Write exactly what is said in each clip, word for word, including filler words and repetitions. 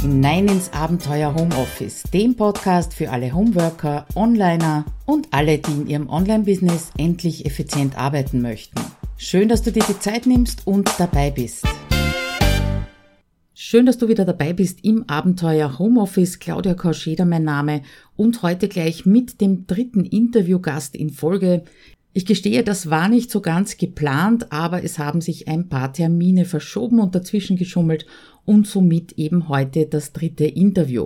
hinein ins Abenteuer Homeoffice, dem Podcast für alle Homeworker, Onliner und alle, die in ihrem Online-Business endlich effizient arbeiten möchten. Schön, dass du dir die Zeit nimmst und dabei bist. Schön, dass du wieder dabei bist im Abenteuer Homeoffice. Claudia Kauscheder mein Name und heute gleich mit dem dritten Interviewgast in Folge. Ich gestehe, das war nicht so ganz geplant, aber es haben sich ein paar Termine verschoben und dazwischen geschummelt und somit eben heute das dritte Interview.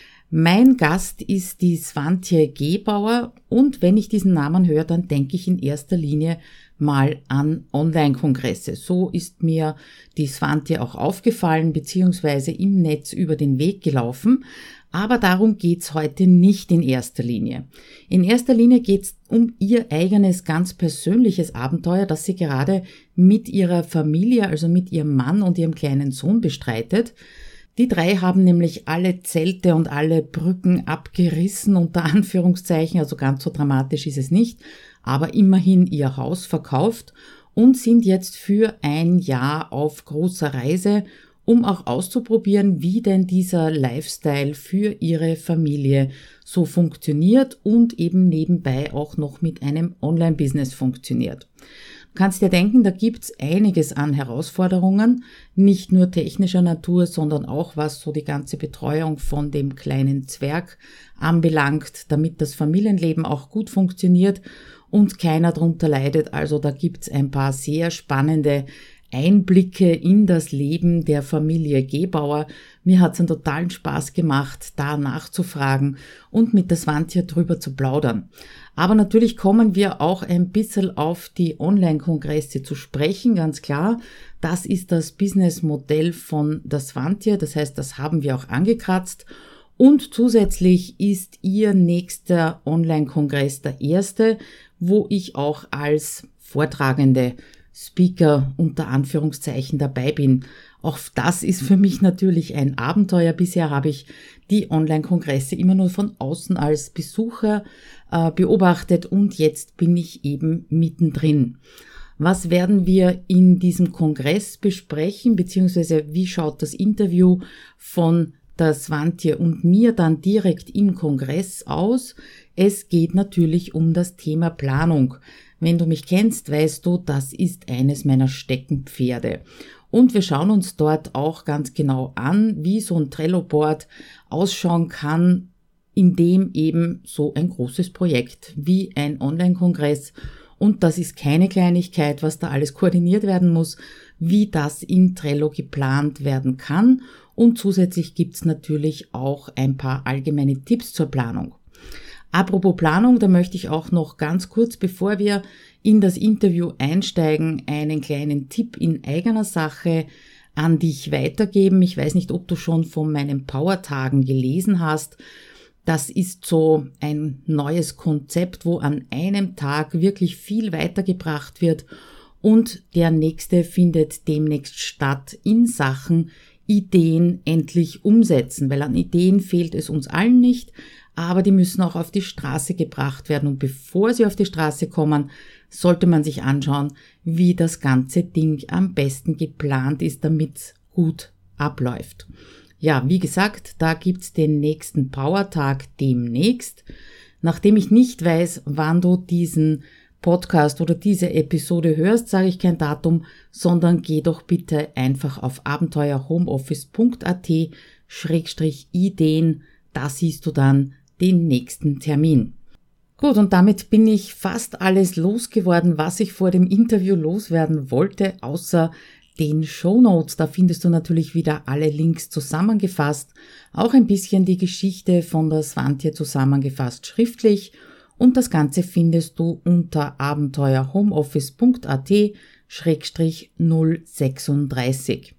Mein Gast ist die Swantje Gebauer und wenn ich diesen Namen höre, dann denke ich in erster Linie mal an Online-Kongresse. So ist mir die Swantje auch aufgefallen bzw. im Netz über den Weg gelaufen. Aber darum geht's heute nicht in erster Linie. In erster Linie geht's um ihr eigenes, ganz persönliches Abenteuer, das sie gerade mit ihrer Familie, also mit ihrem Mann und ihrem kleinen Sohn bestreitet. Die drei haben nämlich alle Zelte und alle Brücken abgerissen, unter Anführungszeichen, also ganz so dramatisch ist es nicht, aber immerhin ihr Haus verkauft und sind jetzt für ein Jahr auf großer Reise, um auch auszuprobieren, wie denn dieser Lifestyle für ihre Familie so funktioniert und eben nebenbei auch noch mit einem Online-Business funktioniert. Du kannst dir denken, da gibt's einiges an Herausforderungen, nicht nur technischer Natur, sondern auch was so die ganze Betreuung von dem kleinen Zwerg anbelangt, damit das Familienleben auch gut funktioniert und keiner drunter leidet. Also da gibt's ein paar sehr spannende Einblicke in das Leben der Familie Gebauer. Mir hat's einen totalen Spaß gemacht, da nachzufragen und mit der Swantje drüber zu plaudern. Aber natürlich kommen wir auch ein bisschen auf die Online-Kongresse zu sprechen, ganz klar. Das ist das Businessmodell von der Swantje, das heißt, das haben wir auch angekratzt. Und zusätzlich ist ihr nächster Online-Kongress der erste, wo ich auch als Vortragende Speaker unter Anführungszeichen dabei bin. Auch das ist für mich natürlich ein Abenteuer. Bisher habe ich die Online-Kongresse immer nur von außen als Besucher äh, beobachtet und jetzt bin ich eben mittendrin. Was werden wir in diesem Kongress besprechen, beziehungsweise wie schaut das Interview von der Swantje und mir dann direkt im Kongress aus? Es geht natürlich um das Thema Planung. Wenn du mich kennst, weißt du, das ist eines meiner Steckenpferde. Und wir schauen uns dort auch ganz genau an, wie so ein Trello-Board ausschauen kann, in dem eben so ein großes Projekt wie ein Online-Kongress, und das ist keine Kleinigkeit, was da alles koordiniert werden muss, wie das in Trello geplant werden kann. Und zusätzlich gibt's natürlich auch ein paar allgemeine Tipps zur Planung. Apropos Planung, da möchte ich auch noch ganz kurz, bevor wir in das Interview einsteigen, einen kleinen Tipp in eigener Sache an dich weitergeben. Ich weiß nicht, ob du schon von meinen Powertagen gelesen hast. Das ist so ein neues Konzept, wo an einem Tag wirklich viel weitergebracht wird und der nächste findet demnächst statt in Sachen Ideen endlich umsetzen, weil an Ideen fehlt es uns allen nicht, aber die müssen auch auf die Straße gebracht werden. Und bevor sie auf die Straße kommen, sollte man sich anschauen, wie das ganze Ding am besten geplant ist, damit es gut abläuft. Ja, wie gesagt, da gibt's den nächsten Powertag demnächst. Nachdem ich nicht weiß, wann du diesen Podcast oder diese Episode hörst, sage ich kein Datum, sondern geh doch bitte einfach auf abenteuerhomeoffice punkt at schrägstrich Ideen. Da siehst du dann den nächsten Termin. Gut, und damit bin ich fast alles losgeworden, was ich vor dem Interview loswerden wollte, außer den Shownotes. Da findest du natürlich wieder alle Links zusammengefasst, auch ein bisschen die Geschichte von der Swantje zusammengefasst schriftlich, und das Ganze findest du unter abenteuerhomeoffice punkt at schrägstrich null sechsunddreißig.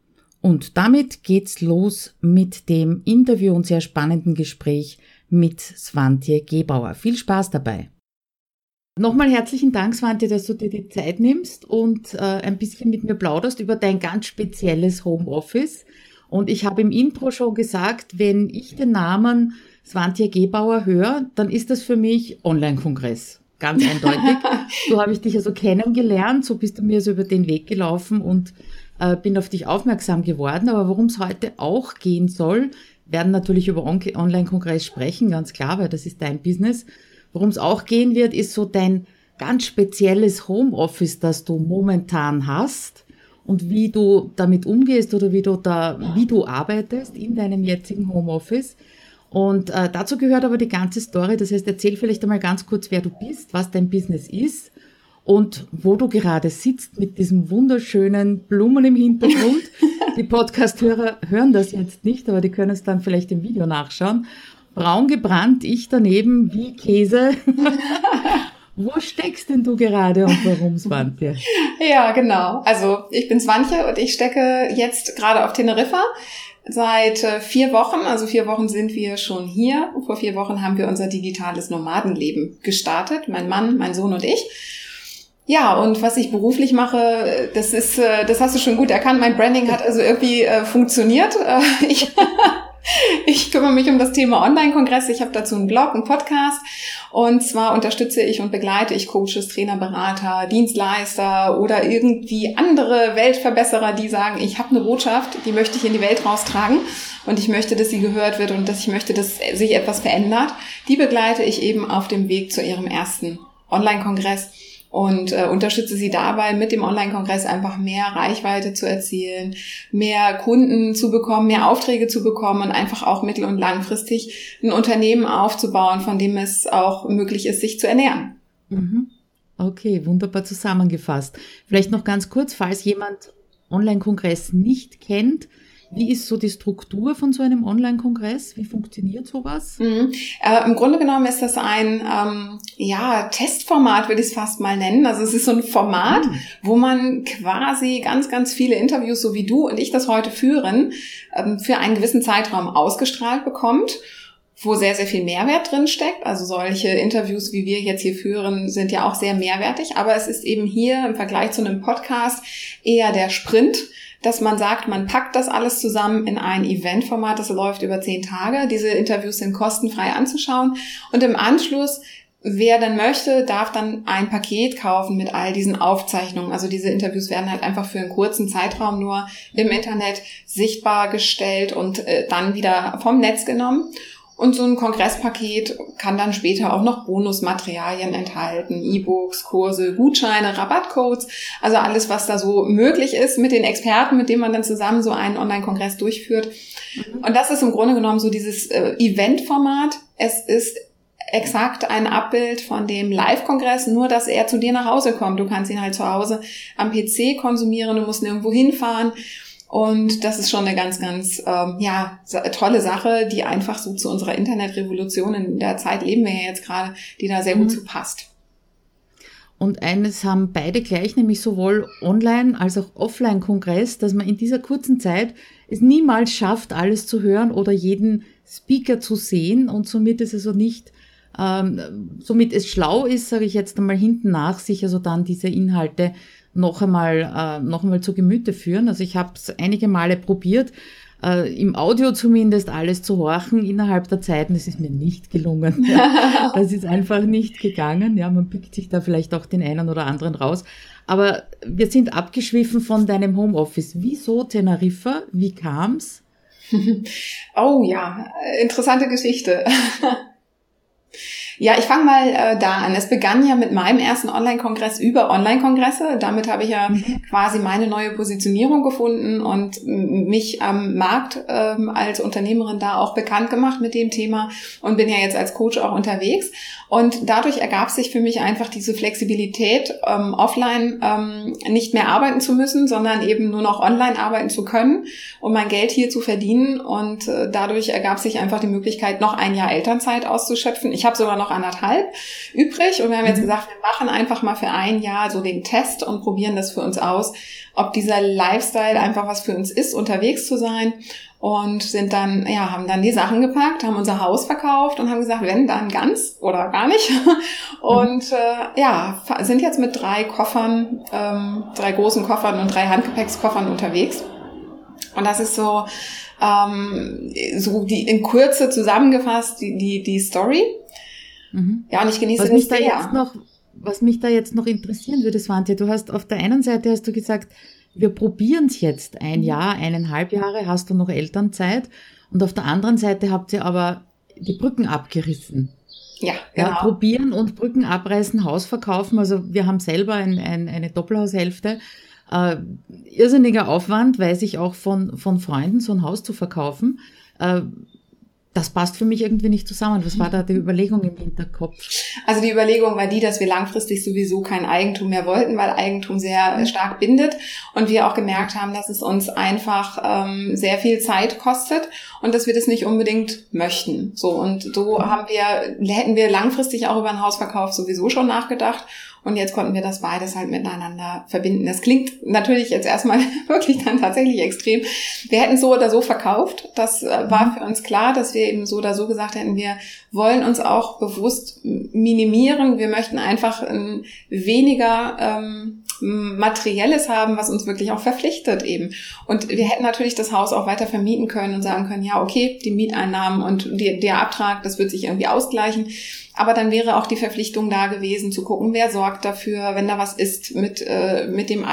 Und damit geht's los mit dem Interview und sehr spannenden Gespräch mit Swantje Gebauer. Viel Spaß dabei. Nochmal herzlichen Dank, Swantje, dass du dir die Zeit nimmst und äh, ein bisschen mit mir plauderst über dein ganz spezielles Homeoffice. Und ich habe im Intro schon gesagt, wenn ich den Namen Swantje Gebauer höre, dann ist das für mich Online-Kongress. Ganz eindeutig. So habe ich dich also kennengelernt, so bist du mir so über den Weg gelaufen und äh, bin auf dich aufmerksam geworden, aber worum es heute auch gehen soll, werden natürlich über On- Online-Kongress sprechen, ganz klar, weil das ist dein Business. Worum es auch gehen wird, ist so dein ganz spezielles Homeoffice, das du momentan hast und wie du damit umgehst oder wie du da, wie du arbeitest in deinem jetzigen Homeoffice. Und äh, dazu gehört aber die ganze Story. Das heißt, erzähl vielleicht einmal ganz kurz, wer du bist, was dein Business ist und wo du gerade sitzt mit diesem wunderschönen Blumen im Hintergrund. Die Podcast-Hörer hören das jetzt nicht, aber die können es dann vielleicht im Video nachschauen. Braun gebrannt, ich daneben wie Käse. Wo steckst denn du gerade und warum, Swantje? Ja, genau. Also ich bin Swantje und ich stecke jetzt gerade auf Teneriffa seit äh, vier Wochen. Also vier Wochen sind wir schon hier. Vor vier Wochen haben wir unser digitales Nomadenleben gestartet. Mein Mann, mein Sohn und ich. Ja, und was ich beruflich mache, das ist, äh, das hast du schon gut erkannt. Mein Branding hat also irgendwie äh, funktioniert. Äh, ich Ich kümmere mich um das Thema Online-Kongress. Ich habe dazu einen Blog, einen Podcast. Und zwar unterstütze ich und begleite ich Coaches, Trainer, Berater, Dienstleister oder irgendwie andere Weltverbesserer, die sagen, ich habe eine Botschaft, die möchte ich in die Welt raustragen und ich möchte, dass sie gehört wird und dass ich möchte, dass sich etwas verändert. Die begleite ich eben auf dem Weg zu ihrem ersten Online-Kongress. Und äh, unterstütze sie dabei, mit dem Online-Kongress einfach mehr Reichweite zu erzielen, mehr Kunden zu bekommen, mehr Aufträge zu bekommen und einfach auch mittel- und langfristig ein Unternehmen aufzubauen, von dem es auch möglich ist, sich zu ernähren. Mhm. Okay, wunderbar zusammengefasst. Vielleicht noch ganz kurz, falls jemand Online-Kongress nicht kennt, wie ist so die Struktur von so einem Online-Kongress? Wie funktioniert sowas? Mhm. Äh, Im Grunde genommen ist das ein ähm, ja Testformat, würde ich es fast mal nennen. Also es ist so ein Format, mhm. wo man quasi ganz, ganz viele Interviews, so wie du und ich das heute führen, ähm, für einen gewissen Zeitraum ausgestrahlt bekommt, wo sehr, sehr viel Mehrwert drin steckt. Also solche Interviews, wie wir jetzt hier führen, sind ja auch sehr mehrwertig. Aber es ist eben hier im Vergleich zu einem Podcast eher der Sprint, dass man sagt, man packt das alles zusammen in ein Eventformat, das läuft über zehn Tage. Diese Interviews sind kostenfrei anzuschauen. Und im Anschluss, wer dann möchte, darf dann ein Paket kaufen mit all diesen Aufzeichnungen. Also diese Interviews werden halt einfach für einen kurzen Zeitraum nur im Internet sichtbar gestellt und äh, dann wieder vom Netz genommen. Und so ein Kongresspaket kann dann später auch noch Bonusmaterialien enthalten, E-Books, Kurse, Gutscheine, Rabattcodes, also alles, was da so möglich ist mit den Experten, mit denen man dann zusammen so einen Online-Kongress durchführt. Mhm. Und das ist im Grunde genommen so dieses äh, Event-Format. Es ist exakt ein Abbild von dem Live-Kongress, nur dass er zu dir nach Hause kommt. Du kannst ihn halt zu Hause am P C konsumieren, du musst nirgendwo hinfahren. Und das ist schon eine ganz, ganz ähm, ja tolle Sache, die einfach so zu unserer Internetrevolution, in der Zeit leben wir ja jetzt gerade, die da sehr gut mhm. zu passt. Und eines haben beide gleich, nämlich sowohl Online- als auch Offline-Kongress, dass man in dieser kurzen Zeit es niemals schafft, alles zu hören oder jeden Speaker zu sehen. Und somit ist es also nicht, ähm, somit es schlau ist, sage ich jetzt einmal hinten nach, sich also dann diese Inhalte noch einmal, äh, noch einmal zu Gemüte führen. Also ich habe es einige Male probiert, äh, im Audio zumindest alles zu horchen innerhalb der Zeiten. Das ist mir nicht gelungen. Ja, das ist einfach nicht gegangen. Ja, man pickt sich da vielleicht auch den einen oder anderen raus. Aber wir sind abgeschwiffen von deinem Homeoffice. Wieso Teneriffa? Wie kam's? Oh ja, interessante Geschichte. Ja, ich fange mal äh, da an. Es begann ja mit meinem ersten Online-Kongress über Online-Kongresse. Damit habe ich ja mhm. quasi meine neue Positionierung gefunden und mich am Markt ähm, als Unternehmerin da auch bekannt gemacht mit dem Thema und bin ja jetzt als Coach auch unterwegs. Und dadurch ergab sich für mich einfach diese Flexibilität, ähm, offline ähm, nicht mehr arbeiten zu müssen, sondern eben nur noch online arbeiten zu können, um mein Geld hier zu verdienen. Und äh, dadurch ergab sich einfach die Möglichkeit, noch ein Jahr Elternzeit auszuschöpfen. Ich habe sogar noch anderthalb übrig und wir haben jetzt gesagt, wir machen einfach mal für ein Jahr so den Test und probieren das für uns aus, ob dieser Lifestyle einfach was für uns ist, unterwegs zu sein. Und sind dann, ja, haben dann die Sachen gepackt, haben unser Haus verkauft und haben gesagt, wenn, dann ganz oder gar nicht. Und äh, ja, sind jetzt mit drei Koffern, ähm, drei großen Koffern und drei Handgepäckskoffern unterwegs. Und das ist so, ähm, so die in Kürze zusammengefasst die die die Story. Mhm. Ja, und ich genieße was das mich sehr. Da jetzt noch, was mich da jetzt noch interessieren würde, Swantje, du hast auf der einen Seite hast du gesagt, wir probieren es jetzt ein Jahr, eineinhalb Jahre, hast du noch Elternzeit und auf der anderen Seite habt ihr aber die Brücken abgerissen. Ja, genau. Ja, probieren und Brücken abreißen, Haus verkaufen. Also wir haben selber ein, ein, eine Doppelhaushälfte. Äh, irrsinniger Aufwand, weiß ich auch von, von Freunden, so ein Haus zu verkaufen. Äh, Das passt für mich irgendwie nicht zusammen. Was war da die Überlegung im Hinterkopf? Also die Überlegung war die, dass wir langfristig sowieso kein Eigentum mehr wollten, weil Eigentum sehr stark bindet und wir auch gemerkt haben, dass es uns einfach ähm, sehr viel Zeit kostet und dass wir das nicht unbedingt möchten. So, und so haben wir, hätten wir langfristig auch über einen Hausverkauf sowieso schon nachgedacht. Und jetzt konnten wir das beides halt miteinander verbinden. Das klingt natürlich jetzt erstmal wirklich dann tatsächlich extrem. Wir hätten so oder so verkauft. Das war für uns klar, dass wir eben so oder so gesagt hätten, wir wollen uns auch bewusst minimieren. Wir möchten einfach ein weniger ähm, Materielles haben, was uns wirklich auch verpflichtet eben. Und wir hätten natürlich das Haus auch weiter vermieten können und sagen können, ja, okay, die Mieteinnahmen und die, der Abtrag, das wird sich irgendwie ausgleichen. Aber dann wäre auch die Verpflichtung da gewesen, zu gucken, wer sorgt dafür, wenn da was ist mit äh, mit dem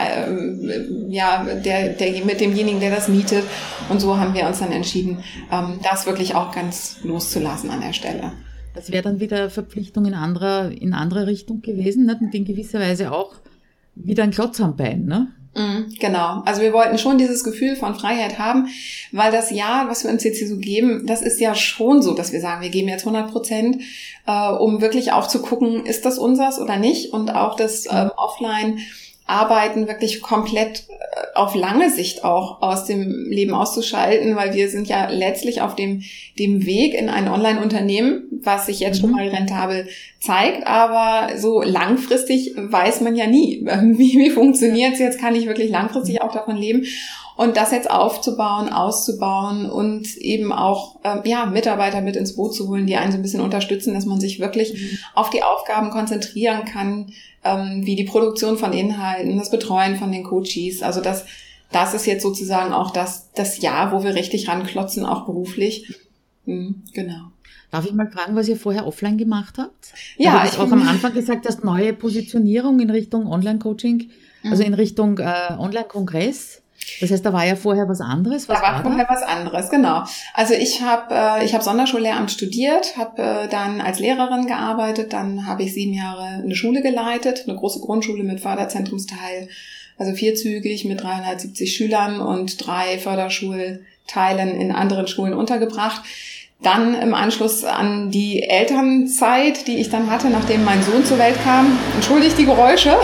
äh, ja der der mit demjenigen, der das mietet. Und so haben wir uns dann entschieden, ähm, das wirklich auch ganz loszulassen an der Stelle. Das wäre dann wieder Verpflichtung in anderer in andere Richtung gewesen, ne? Und in gewisser Weise auch wieder ein Klotz am Bein, ne? Genau. Also wir wollten schon dieses Gefühl von Freiheit haben, weil das Jahr, was wir uns jetzt hier so geben, das ist ja schon so, dass wir sagen, wir geben jetzt hundert Prozent, äh, um wirklich auch zu gucken, ist das unseres oder nicht, und auch das ähm, Offline-Arbeiten wirklich komplett äh, auf lange Sicht auch aus dem Leben auszuschalten, weil wir sind ja letztlich auf dem dem Weg in ein Online-Unternehmen, was sich jetzt schon mal rentabel zeigt, aber so langfristig weiß man ja nie, wie, wie funktioniert es jetzt, kann ich wirklich langfristig auch davon leben. Und das jetzt aufzubauen, auszubauen und eben auch ähm, ja Mitarbeiter mit ins Boot zu holen, die einen so ein bisschen unterstützen, dass man sich wirklich mhm. auf die Aufgaben konzentrieren kann, ähm, wie die Produktion von Inhalten, das Betreuen von den Coaches. Also das, das ist jetzt sozusagen auch das, das Jahr, wo wir richtig ranklotzen, auch beruflich. Mhm, genau. Darf ich mal fragen, was ihr vorher offline gemacht habt? Ja, also, ich auch am Anfang gesagt, dass neue Positionierung in Richtung Online-Coaching, mhm. also in Richtung äh, Online-Kongress. Das heißt, da war ja vorher was anderes. Was da war, war vorher da? was anderes, genau. Also ich habe äh, ich habe Sonderschullehramt studiert, habe äh, dann als Lehrerin gearbeitet, dann habe ich sieben Jahre eine Schule geleitet, eine große Grundschule mit Förderzentrumsteil, also vierzügig mit dreihundertsiebzig Schülern und drei Förderschulteilen in anderen Schulen untergebracht. Dann im Anschluss an die Elternzeit, die ich dann hatte, nachdem mein Sohn zur Welt kam, entschuldigt die Geräusche.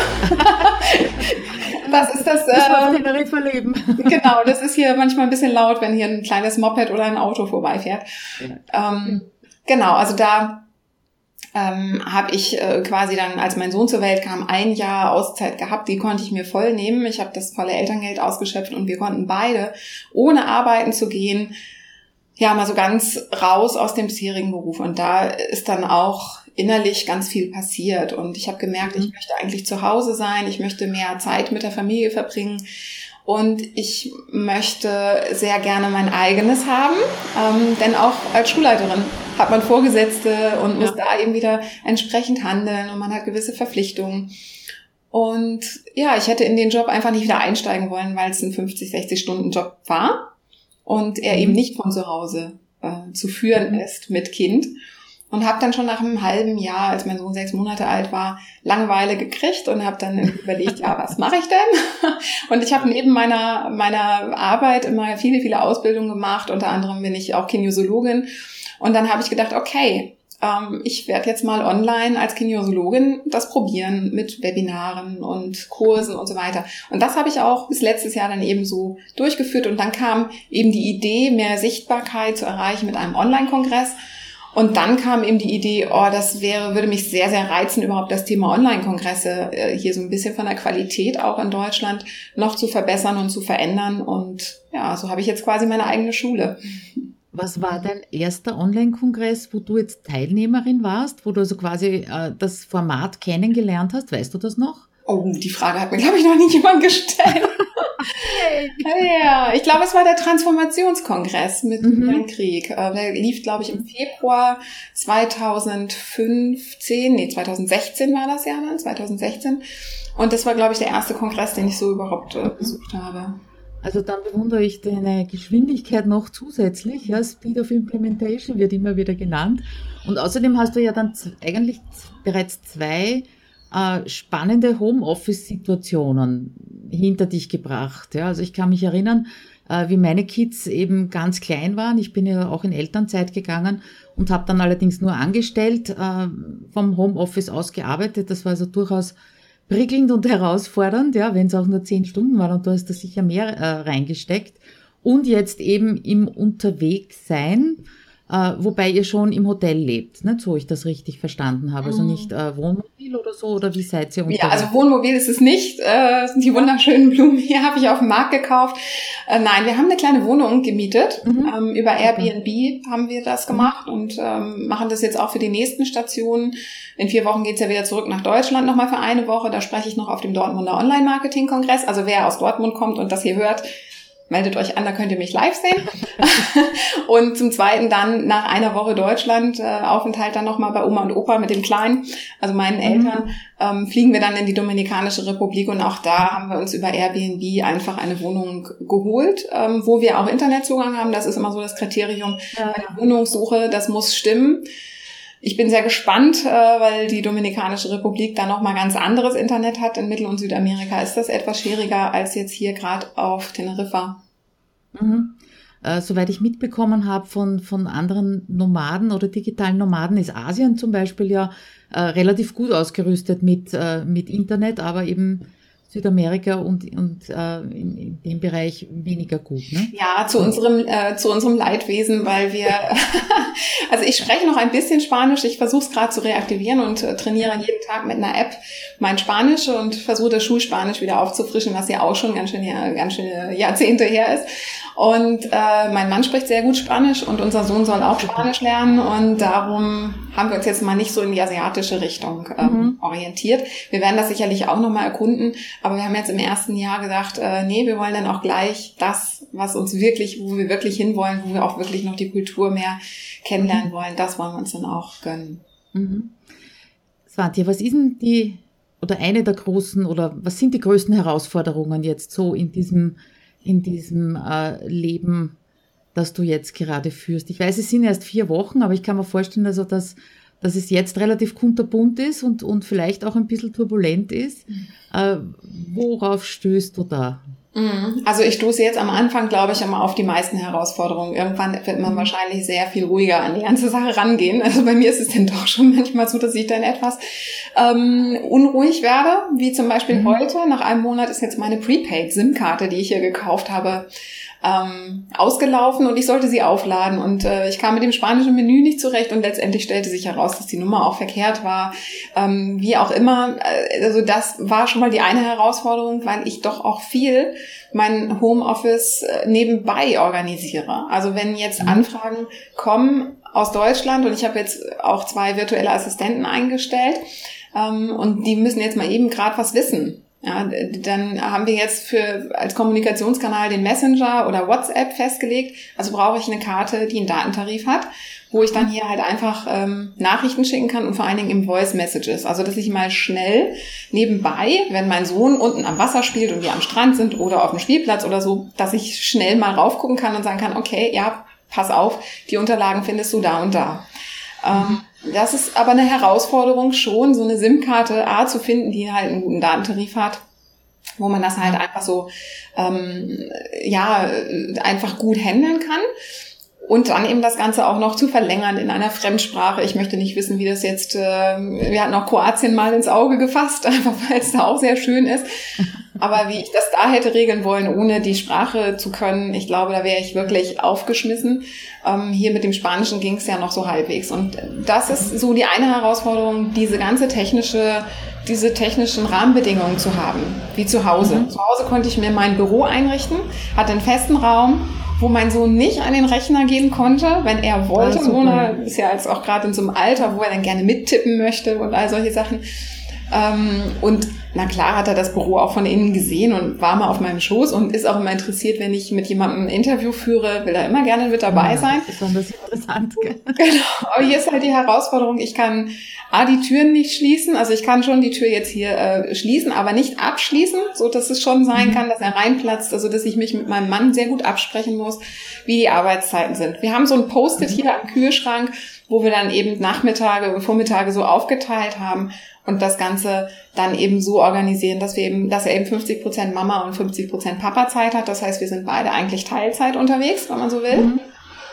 Das ist das, das war äh, Leben. Genau, das ist hier manchmal ein bisschen laut, wenn hier ein kleines Moped oder ein Auto vorbeifährt. Ja. Ähm, genau, also da ähm, habe ich äh, quasi dann, als mein Sohn zur Welt kam, ein Jahr Auszeit gehabt, die konnte ich mir voll nehmen. Ich habe das volle Elterngeld ausgeschöpft und wir konnten beide, ohne arbeiten zu gehen, ja, mal so ganz raus aus dem bisherigen Beruf. Und da ist dann auch innerlich ganz viel passiert. Und ich habe gemerkt, ich möchte eigentlich zu Hause sein. Ich möchte mehr Zeit mit der Familie verbringen. Und ich möchte sehr gerne mein eigenes haben. Ähm, denn auch als Schulleiterin hat man Vorgesetzte und muss ja. da eben wieder entsprechend handeln. Und man hat gewisse Verpflichtungen. Und ja, ich hätte in den Job einfach nicht wieder einsteigen wollen, weil es ein fünfzig, sechzig Stunden Job war. Und er eben nicht von zu Hause äh, zu führen ist mit Kind. Und habe dann schon nach einem halben Jahr, als mein Sohn sechs Monate alt war, Langeweile gekriegt und habe dann überlegt, ja, was mache ich denn? Und ich habe neben meiner meiner Arbeit immer viele, viele Ausbildungen gemacht. Unter anderem bin ich auch Kinesiologin. Und dann habe ich gedacht, okay, ähm, ich werde jetzt mal online als Kinesiologin das probieren mit Webinaren und Kursen und so weiter. Und das habe ich auch bis letztes Jahr dann eben so durchgeführt. Und dann kam eben die Idee, mehr Sichtbarkeit zu erreichen mit einem Online-Kongress. Und dann kam eben die Idee, oh, das wäre, würde mich sehr, sehr reizen, überhaupt das Thema Online-Kongresse äh, hier so ein bisschen von der Qualität auch in Deutschland noch zu verbessern und zu verändern. Und ja, so habe ich jetzt quasi meine eigene Schule. Was war dein erster Online-Kongress, wo du jetzt Teilnehmerin warst, wo du also quasi äh, das Format kennengelernt hast? Weißt du das noch? Oh, die Frage hat mir, glaube ich, noch nie jemand gestellt. Ja, ich glaube, es war der Transformationskongress mit mhm. dem Krieg. Der lief, glaube ich, im Februar zweitausendfünfzehn, nee, zweitausendsechzehn war das ja dann, zweitausendsechzehn. Und das war, glaube ich, der erste Kongress, den ich so überhaupt äh, besucht habe. Also dann bewundere ich deine Geschwindigkeit noch zusätzlich. Ja, Speed of Implementation wird immer wieder genannt. Und außerdem hast du ja dann z- eigentlich z- bereits zwei äh, spannende Homeoffice-Situationen hinter dich gebracht. Ja, also ich kann mich erinnern, äh, wie meine Kids eben ganz klein waren. Ich bin ja auch in Elternzeit gegangen und habe dann allerdings nur angestellt äh, vom Homeoffice aus gearbeitet. Das war also durchaus prickelnd und herausfordernd, ja, wenn es auch nur zehn Stunden waren und du hast da sicher mehr äh, reingesteckt. Und jetzt eben im Unterwegssein, äh, wobei ihr schon im Hotel lebt, nicht so ich das richtig verstanden habe. Also nicht äh, Wohnmobil oder so, oder wie seid ihr unterwegs? Ja, also Wohnmobil ist es nicht. Äh, die wunderschönen Blumen hier habe ich auf dem Markt gekauft. Äh, nein, wir haben eine kleine Wohnung gemietet. Mhm. Ähm, über Airbnb haben wir das gemacht mhm. und ähm, machen das jetzt auch für die nächsten Stationen. In vier Wochen geht's ja wieder zurück nach Deutschland nochmal für eine Woche. Da spreche ich noch auf dem Dortmunder Online-Marketing-Kongress. Also wer aus Dortmund kommt und das hier hört, meldet euch an, da könnt ihr mich live sehen. Und zum Zweiten dann nach einer Woche Deutschland äh, Aufenthalt dann nochmal bei Oma und Opa mit dem Kleinen, also meinen Eltern, mhm. ähm, fliegen wir dann in die Dominikanische Republik und auch da haben wir uns über Airbnb einfach eine Wohnung geholt, ähm, wo wir auch Internetzugang haben. Das ist immer so das Kriterium ja. bei der Wohnungssuche, das muss stimmen. Ich bin sehr gespannt, weil die Dominikanische Republik da nochmal ganz anderes Internet hat. In Mittel- und Südamerika ist das etwas schwieriger als jetzt hier gerade auf Teneriffa. Mhm. Äh, soweit ich mitbekommen habe von, von anderen Nomaden oder digitalen Nomaden, ist Asien zum Beispiel ja äh, relativ gut ausgerüstet mit, äh, mit Internet, aber eben Südamerika und, und äh, in, in dem Bereich weniger gut, ne? Ja, zu unserem äh, zu unserem Leidwesen, weil wir, also ich spreche noch ein bisschen Spanisch, ich versuche es gerade zu reaktivieren und äh, trainiere jeden Tag mit einer App mein Spanisch und versuche das Schulspanisch wieder aufzufrischen, was ja auch schon ganz schön her, ganz schöne Jahrzehnte her ist. Und äh, mein Mann spricht sehr gut Spanisch und unser Sohn soll auch Spanisch lernen und darum haben wir uns jetzt mal nicht so in die asiatische Richtung ähm, mhm. orientiert. Wir werden das sicherlich auch nochmal erkunden, aber wir haben jetzt im ersten Jahr gesagt, äh, nee, wir wollen dann auch gleich das, was uns wirklich, wo wir wirklich hinwollen, wo wir auch wirklich noch die Kultur mehr kennenlernen wollen, das wollen wir uns dann auch gönnen. Mhm. Svante, was ist denn die, oder eine der großen, oder was sind die größten Herausforderungen jetzt so in diesem in diesem äh, Leben, das du jetzt gerade führst? Ich weiß, es sind erst vier Wochen, aber ich kann mir vorstellen, also dass, dass es jetzt relativ kunterbunt ist und, und vielleicht auch ein bisschen turbulent ist. Mhm. Äh, worauf stößt du da? Also ich stoße jetzt am Anfang, glaube ich, immer auf die meisten Herausforderungen. Irgendwann wird man wahrscheinlich sehr viel ruhiger an die ganze Sache rangehen. Also bei mir ist es dann doch schon manchmal so, dass ich dann etwas ähm, unruhig werde, wie zum Beispiel mhm. heute. Nach einem Monat ist jetzt meine Prepaid-SIM-Karte, die ich hier gekauft habe, ähm, ausgelaufen und ich sollte sie aufladen. Und äh, ich kam mit dem spanischen Menü nicht zurecht und letztendlich stellte sich heraus, dass die Nummer auch verkehrt war. Ähm, wie auch immer, also das war schon mal die eine Herausforderung, weil ich doch auch viel mein Homeoffice nebenbei organisiere. Also wenn jetzt Anfragen kommen aus Deutschland und ich habe jetzt auch zwei virtuelle Assistenten eingestellt ähm, und die müssen jetzt mal eben gerade was wissen. Ja, dann haben wir jetzt für als Kommunikationskanal den Messenger oder WhatsApp festgelegt. Also brauche ich eine Karte, die einen Datentarif hat, wo ich dann hier halt einfach ähm, Nachrichten schicken kann und vor allen Dingen im Voice Messages. Also dass ich mal schnell nebenbei, wenn mein Sohn unten am Wasser spielt und wir am Strand sind oder auf dem Spielplatz oder so, dass ich schnell mal raufgucken kann und sagen kann, okay, ja, pass auf, die Unterlagen findest du da und da. Ähm, das ist aber eine Herausforderung schon, so eine SIM-Karte A zu finden, die halt einen guten Datentarif hat, wo man das halt einfach so, ähm, ja, einfach gut handeln kann. Und dann eben das Ganze auch noch zu verlängern in einer Fremdsprache. Ich möchte nicht wissen, wie das jetzt, äh, wir hatten auch Kroatien mal ins Auge gefasst, einfach weil es da auch sehr schön ist. Aber wie ich das da hätte regeln wollen, ohne die Sprache zu können, ich glaube, da wäre ich wirklich aufgeschmissen. Ähm, hier mit dem Spanischen ging es ja noch so halbwegs. Und das ist so die eine Herausforderung, diese ganze technische, diese technischen Rahmenbedingungen zu haben, wie zu Hause. Mhm. Zu Hause konnte ich mir mein Büro einrichten, hatte einen festen Raum, wo mein Sohn nicht an den Rechner gehen konnte, wenn er wollte. So, ist ja jetzt auch gerade in so einem Alter, wo er dann gerne mittippen möchte und all solche Sachen. Ähm, und na klar hat er das Büro auch von innen gesehen und war mal auf meinem Schoß und ist auch immer interessiert, wenn ich mit jemandem ein Interview führe, will er immer gerne mit dabei sein. Das ist besonders interessant, gell? Genau. Aber hier ist halt die Herausforderung, ich kann A, die Türen nicht schließen, also ich kann schon die Tür jetzt hier äh, schließen, aber nicht abschließen, so dass es schon sein mhm. kann, dass er reinplatzt, also dass ich mich mit meinem Mann sehr gut absprechen muss, wie die Arbeitszeiten sind. Wir haben so ein Post-it mhm. hier am Kühlschrank, wo wir dann eben Nachmittage und Vormittage so aufgeteilt haben und das Ganze dann eben so organisieren, dass wir eben, dass er eben fünfzig Prozent Mama und fünfzig Prozent Papa Zeit hat. Das heißt, wir sind beide eigentlich Teilzeit unterwegs, wenn man so will. Mhm.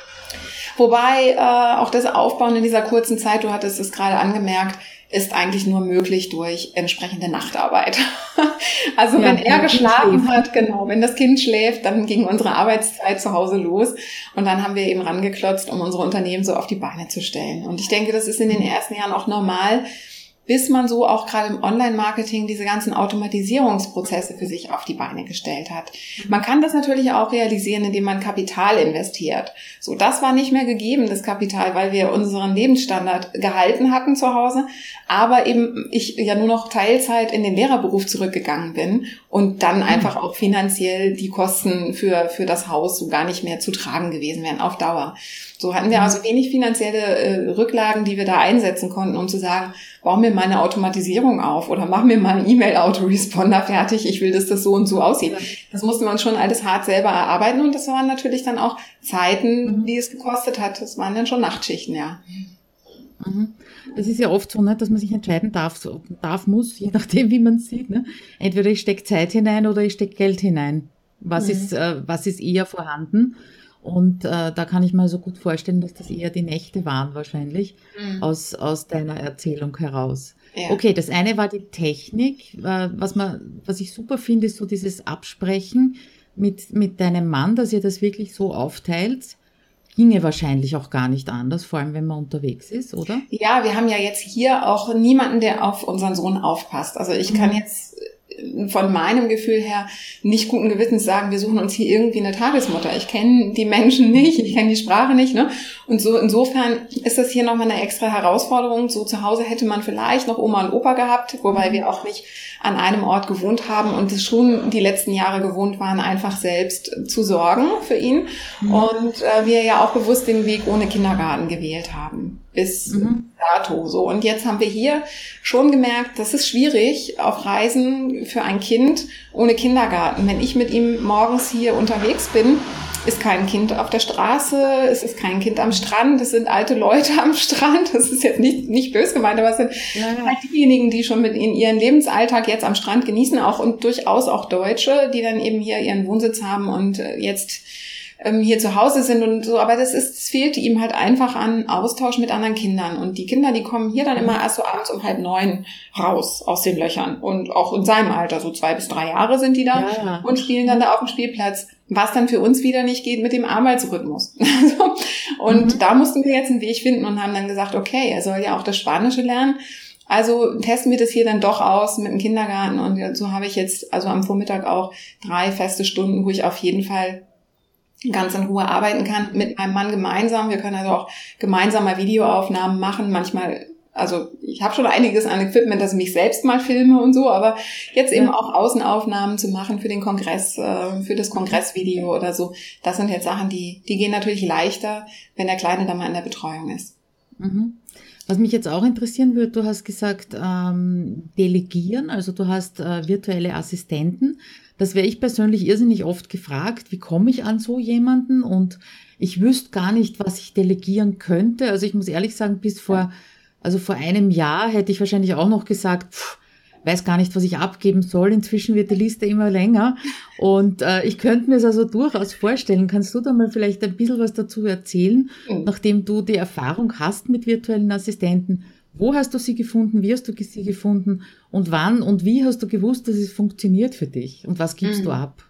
Wobei äh, auch das Aufbauen in dieser kurzen Zeit, du hattest es gerade angemerkt, ist eigentlich nur möglich durch entsprechende Nachtarbeit. Also ja, wenn er geschlafen hat, genau, wenn das Kind schläft, dann ging unsere Arbeitszeit zu Hause los und dann haben wir eben rangeklotzt, um unsere Unternehmen so auf die Beine zu stellen. Und ich denke, das ist in den ersten Jahren auch normal, bis man so auch gerade im Online-Marketing diese ganzen Automatisierungsprozesse für sich auf die Beine gestellt hat. Man kann das natürlich auch realisieren, indem man Kapital investiert. So, das war nicht mehr gegeben, das Kapital, weil wir unseren Lebensstandard gehalten hatten zu Hause, aber eben ich ja nur noch Teilzeit in den Lehrerberuf zurückgegangen bin und dann einfach auch finanziell die Kosten für für das Haus so gar nicht mehr zu tragen gewesen wären auf Dauer. So hatten wir also wenig finanzielle äh, Rücklagen, die wir da einsetzen konnten, um zu sagen, bau mir mal eine Automatisierung auf oder mach mir mal einen E-Mail-Autoresponder fertig, ich will, dass das so und so aussieht. Das mussten wir uns schon alles hart selber erarbeiten und das waren natürlich dann auch Zeiten, die es gekostet hat. Das waren dann schon Nachtschichten, ja. Das ist ja oft so, ne, dass man sich entscheiden darf, so, darf, muss, je nachdem, wie man es sieht. Ne? Entweder ich stecke Zeit hinein oder ich stecke Geld hinein. Was mhm. ist, äh, was ist eher vorhanden? Und äh, da kann ich mir so gut vorstellen, dass das eher die Nächte waren wahrscheinlich, mhm. aus, aus deiner Erzählung heraus. Ja. Okay, das eine war die Technik. Äh, was, man, was ich super finde, ist so dieses Absprechen mit, mit deinem Mann, dass ihr das wirklich so aufteilt. Ginge wahrscheinlich auch gar nicht anders, vor allem wenn man unterwegs ist, oder? Ja, wir haben ja jetzt hier auch niemanden, der auf unseren Sohn aufpasst. Also ich kann jetzt von meinem Gefühl her nicht guten Gewissens sagen, wir suchen uns hier irgendwie eine Tagesmutter. Ich kenne die Menschen nicht, ich kenne die Sprache nicht, ne? Und so insofern ist das hier nochmal eine extra Herausforderung. So zu Hause hätte man vielleicht noch Oma und Opa gehabt, wobei wir auch nicht an einem Ort gewohnt haben und es schon die letzten Jahre gewohnt waren, einfach selbst zu sorgen für ihn. Mhm. Und äh, wir ja auch bewusst den Weg ohne Kindergarten gewählt haben. Bis mhm. dato. So. Und jetzt haben wir hier schon gemerkt, das ist schwierig auf Reisen für ein Kind ohne Kindergarten. Wenn ich mit ihm morgens hier unterwegs bin, ist kein Kind auf der Straße, es ist kein Kind am Strand, es sind alte Leute am Strand. Das ist jetzt nicht, nicht böse gemeint, aber es sind ja, ja. halt diejenigen, die schon mit in ihren Lebensalltag jetzt am Strand genießen, auch und durchaus auch Deutsche, die dann eben hier ihren Wohnsitz haben und jetzt hier zu Hause sind und so, aber das ist, es fehlte ihm halt einfach an Austausch mit anderen Kindern und die Kinder, die kommen hier dann immer erst so abends um halb neun raus aus den Löchern und auch in seinem Alter, so zwei bis drei Jahre sind die da ja. und spielen dann da auf dem Spielplatz, was dann für uns wieder nicht geht mit dem Arbeitsrhythmus. Und mhm. da mussten wir jetzt einen Weg finden und haben dann gesagt, okay, er soll ja auch das Spanische lernen. Also testen wir das hier dann doch aus mit dem Kindergarten und so habe ich jetzt also am Vormittag auch drei feste Stunden, wo ich auf jeden Fall ganz in Ruhe arbeiten kann mit meinem Mann gemeinsam. Wir können also auch gemeinsam mal Videoaufnahmen machen. Manchmal, also ich habe schon einiges an Equipment, dass ich mich selbst mal filme und so, aber jetzt eben auch Außenaufnahmen zu machen für den Kongress, äh, für das Kongressvideo oder so. Das sind jetzt Sachen, die die gehen natürlich leichter, wenn der Kleine dann mal in der Betreuung ist. Mhm. Was mich jetzt auch interessieren würde, du hast gesagt, ähm, delegieren, also du hast äh, virtuelle Assistenten. Das wäre ich persönlich irrsinnig oft gefragt, wie komme ich an so jemanden? Und ich wüsste gar nicht, was ich delegieren könnte. Also ich muss ehrlich sagen, bis vor, also vor einem Jahr hätte ich wahrscheinlich auch noch gesagt, pff, weiß gar nicht, was ich abgeben soll. Inzwischen wird die Liste immer länger. Und äh, ich könnte mir das also durchaus vorstellen. Kannst du da mal vielleicht ein bisschen was dazu erzählen, mhm. nachdem du die Erfahrung hast mit virtuellen Assistenten? Wo hast du sie gefunden? Wie hast du sie gefunden? Und wann und wie hast du gewusst, dass es funktioniert für dich? Und was gibst mhm. du ab?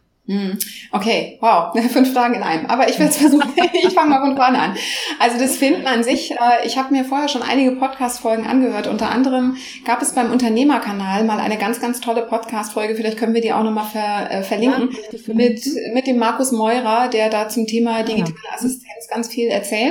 Okay, wow, fünf Fragen in einem. Aber ich werde es versuchen, ich fange mal von vorne an. Also das Finden an sich, äh, ich habe mir vorher schon einige Podcast-Folgen angehört. Unter anderem gab es beim Unternehmerkanal mal eine ganz, ganz tolle Podcast-Folge, vielleicht können wir die auch nochmal ver, äh, verlinken, ja, mit mit dem Markus Meurer, der da zum Thema digitale Assistenz ganz viel erzählt.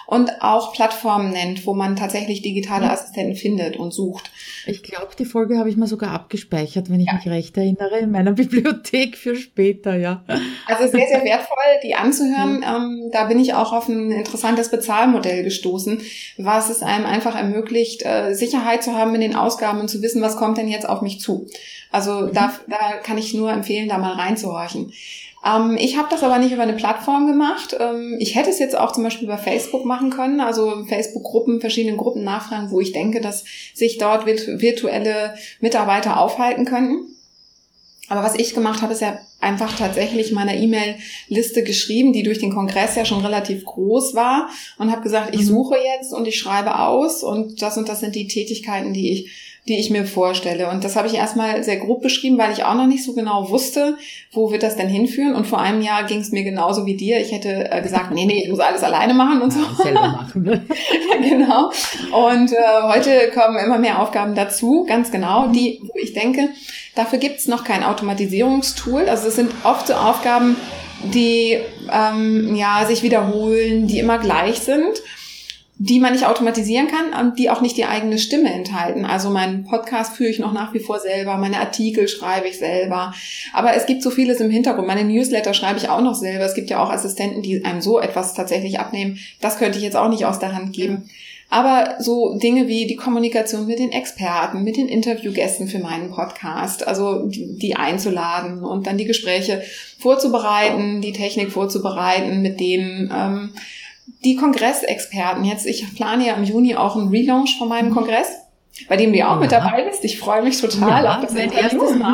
und auch Plattformen nennt, wo man tatsächlich digitale Assistenten findet und sucht. Ich glaube, die Folge habe ich mir sogar abgespeichert, wenn ich ja. mich recht erinnere, in meiner Bibliothek für später, ja. Also sehr, sehr wertvoll, die anzuhören. Ja. Ähm, da bin ich auch auf ein interessantes Bezahlmodell gestoßen, was es einem einfach ermöglicht, äh, Sicherheit zu haben in den Ausgaben und zu wissen, was kommt denn jetzt auf mich zu. Also mhm. da, da kann ich nur empfehlen, da mal reinzuhorchen. Ähm, ich habe das aber nicht über eine Plattform gemacht. Ähm, ich hätte es jetzt auch zum Beispiel über Facebook machen können, also Facebook-Gruppen, verschiedene Gruppen nachfragen, wo ich denke, dass sich dort virtu- virtuelle Mitarbeiter aufhalten könnten. Aber was ich gemacht habe, ist ja einfach tatsächlich meiner E-Mail-Liste geschrieben, die durch den Kongress ja schon relativ groß war, und habe gesagt, ich suche jetzt und ich schreibe aus und das und das sind die Tätigkeiten, die ich die ich mir vorstelle. Und das habe ich erstmal sehr grob beschrieben, weil ich auch noch nicht so genau wusste, wo wird das denn hinführen. Und vor einem Jahr ging es mir genauso wie dir. Ich hätte äh, gesagt, nee, nee, ich muss alles alleine machen und so. Ja, selber machen, ne? Genau. Und äh, heute kommen immer mehr Aufgaben dazu, ganz genau, die, wo ich denke, dafür gibt es noch kein Automatisierungstool. Also es sind oft so Aufgaben, die ähm, ja sich wiederholen, die immer gleich sind, die man nicht automatisieren kann und die auch nicht die eigene Stimme enthalten. Also meinen Podcast führe ich noch nach wie vor selber, meine Artikel schreibe ich selber. Aber es gibt so vieles im Hintergrund. Meine Newsletter schreibe ich auch noch selber. Es gibt ja auch Assistenten, die einem so etwas tatsächlich abnehmen. Das könnte ich jetzt auch nicht aus der Hand geben. Aber so Dinge wie die Kommunikation mit den Experten, mit den Interviewgästen für meinen Podcast, also die, die einzuladen und dann die Gespräche vorzubereiten, die Technik vorzubereiten, mit denen ähm, die Kongressexperten jetzt, ich plane ja im Juni auch einen Relaunch von meinem Kongress, bei dem du auch ja. mit dabei bist. Ich freue mich total ja, auf das mein erstes Mal.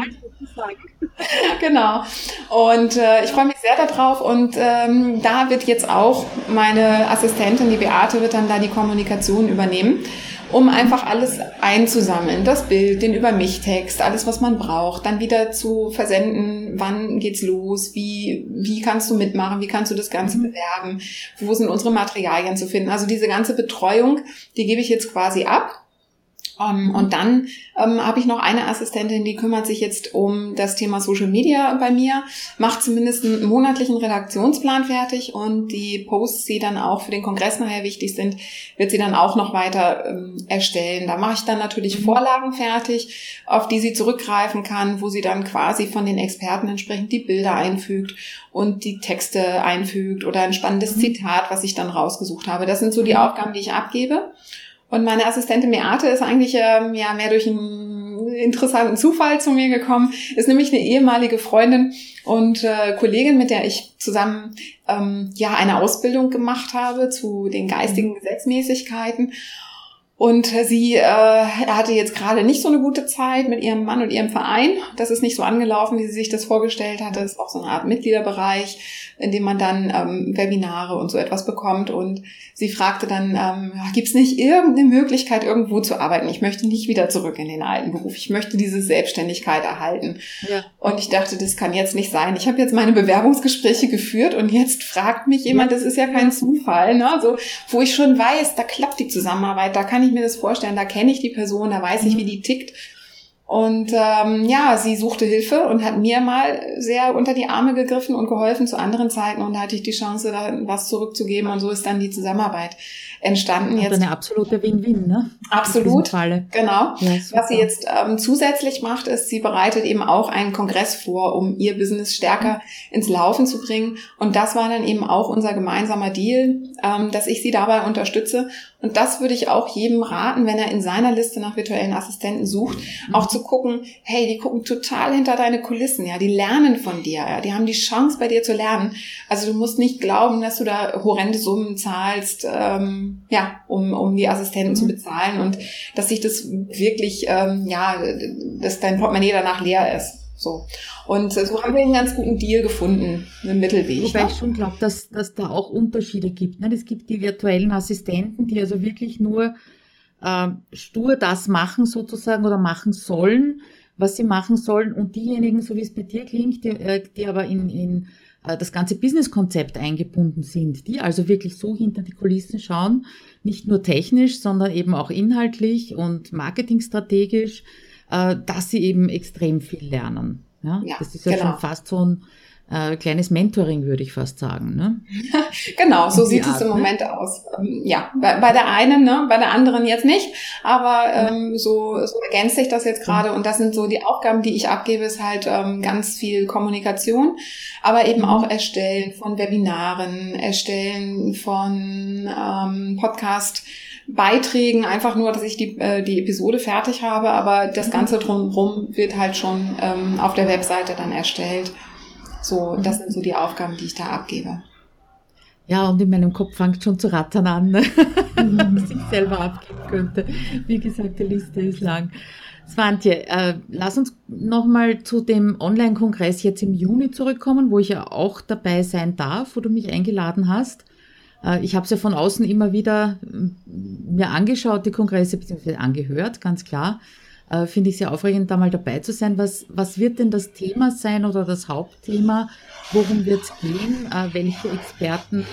Genau. Und äh, ich freue mich sehr darauf und ähm, da wird jetzt auch meine Assistentin, die Beate, wird dann da die Kommunikation übernehmen, um einfach alles einzusammeln, das Bild, den Über-mich-Text, alles, was man braucht, dann wieder zu versenden, wann geht's los, wie wie kannst du mitmachen, wie kannst du das Ganze bewerben, wo sind unsere Materialien zu finden. Also diese ganze Betreuung, die gebe ich jetzt quasi ab. Um, und dann ähm, habe ich noch eine Assistentin, die kümmert sich jetzt um das Thema Social Media bei mir, macht zumindest einen monatlichen Redaktionsplan fertig und die Posts, die dann auch für den Kongress nachher wichtig sind, wird sie dann auch noch weiter ähm, erstellen. Da mache ich dann natürlich mhm. Vorlagen fertig, auf die sie zurückgreifen kann, wo sie dann quasi von den Experten entsprechend die Bilder einfügt und die Texte einfügt oder ein spannendes mhm. Zitat, was ich dann rausgesucht habe. Das sind so die Aufgaben, die ich abgebe. Und meine Assistentin Beate ist eigentlich ähm, ja mehr durch einen interessanten Zufall zu mir gekommen, ist nämlich eine ehemalige Freundin und äh, Kollegin, mit der ich zusammen ähm, ja eine Ausbildung gemacht habe zu den geistigen Gesetzmäßigkeiten. Und sie äh, hatte jetzt gerade nicht so eine gute Zeit mit ihrem Mann und ihrem Verein. Das ist nicht so angelaufen, wie sie sich das vorgestellt hatte. Das ist auch so eine Art Mitgliederbereich, in dem man dann ähm, Webinare und so etwas bekommt. Und sie fragte dann, ähm, gibt es nicht irgendeine Möglichkeit, irgendwo zu arbeiten? Ich möchte nicht wieder zurück in den alten Beruf. Ich möchte diese Selbstständigkeit erhalten. Ja. Und ich dachte, das kann jetzt nicht sein. Ich habe jetzt meine Bewerbungsgespräche geführt und jetzt fragt mich jemand, das ist ja kein Zufall, ne? So, wo ich schon weiß, da klappt die Zusammenarbeit, da kann ich mir das vorstellen, da kenne ich die Person, da weiß ich, wie die tickt. Und ähm, ja, sie suchte Hilfe und hat mir mal sehr unter die Arme gegriffen und geholfen zu anderen Zeiten und da hatte ich die Chance, da was zurückzugeben und so ist dann die Zusammenarbeit entstanden. Jetzt eine absolute Win-Win, ne? Absolut, genau. Ja, was sie jetzt ähm, zusätzlich macht, ist, sie bereitet eben auch einen Kongress vor, um ihr Business stärker ins Laufen zu bringen. Und das war dann eben auch unser gemeinsamer Deal, ähm, dass ich sie dabei unterstütze. Und das würde ich auch jedem raten, wenn er in seiner Liste nach virtuellen Assistenten sucht, auch zu gucken, hey, die gucken total hinter deine Kulissen, ja, die lernen von dir, ja, die haben die Chance bei dir zu lernen. Also du musst nicht glauben, dass du da horrende Summen zahlst, ähm, ja, um um die Assistenten mhm. zu bezahlen und dass sich das wirklich, ähm, ja, dass dein Portemonnaie danach leer ist. So. Und so haben wir einen ganz guten Deal gefunden, einen Mittelweg. Wobei ich schon glaube, dass, dass da auch Unterschiede gibt. Ne? Es gibt die virtuellen Assistenten, die also wirklich nur äh, stur das machen sozusagen oder machen sollen, was sie machen sollen. Und diejenigen, so wie es bei dir klingt, die, äh, die aber in, in äh, das ganze Businesskonzept eingebunden sind, die also wirklich so hinter die Kulissen schauen, nicht nur technisch, sondern eben auch inhaltlich und marketingstrategisch, dass sie eben extrem viel lernen. Ja? Ja, das ist ja genau. schon fast so ein, äh, kleines Mentoring, würde ich fast sagen. Ne? Genau, so sieht Art, es im ne? Moment aus. Ähm, ja, bei, bei der einen, ne, bei der anderen jetzt nicht, aber ähm, so, so ergänzt sich das jetzt gerade und das sind so die Aufgaben, die ich abgebe, ist halt ähm, ganz viel Kommunikation, aber eben auch Erstellen von Webinaren, Erstellen von ähm, Podcast-Beiträgen, einfach nur, dass ich die, äh, die Episode fertig habe, aber das Ganze drumherum wird halt schon ähm, auf der Webseite dann erstellt. So, das sind so die Aufgaben, die ich da abgebe. Ja, und in meinem Kopf fängt schon zu rattern an, ne? Was ich selber abgeben könnte. Wie gesagt, die Liste ist lang. Swantje, äh, lass uns nochmal zu dem Online-Kongress jetzt im Juni zurückkommen, wo ich ja auch dabei sein darf, wo du mich eingeladen hast. Äh, ich habe es ja von außen immer wieder äh, mir angeschaut, die Kongresse, beziehungsweise angehört, ganz klar. Äh, finde ich sehr aufregend, da mal dabei zu sein. Was, was wird denn das Thema sein oder das Hauptthema? Worum wird es gehen? Äh, welche Experten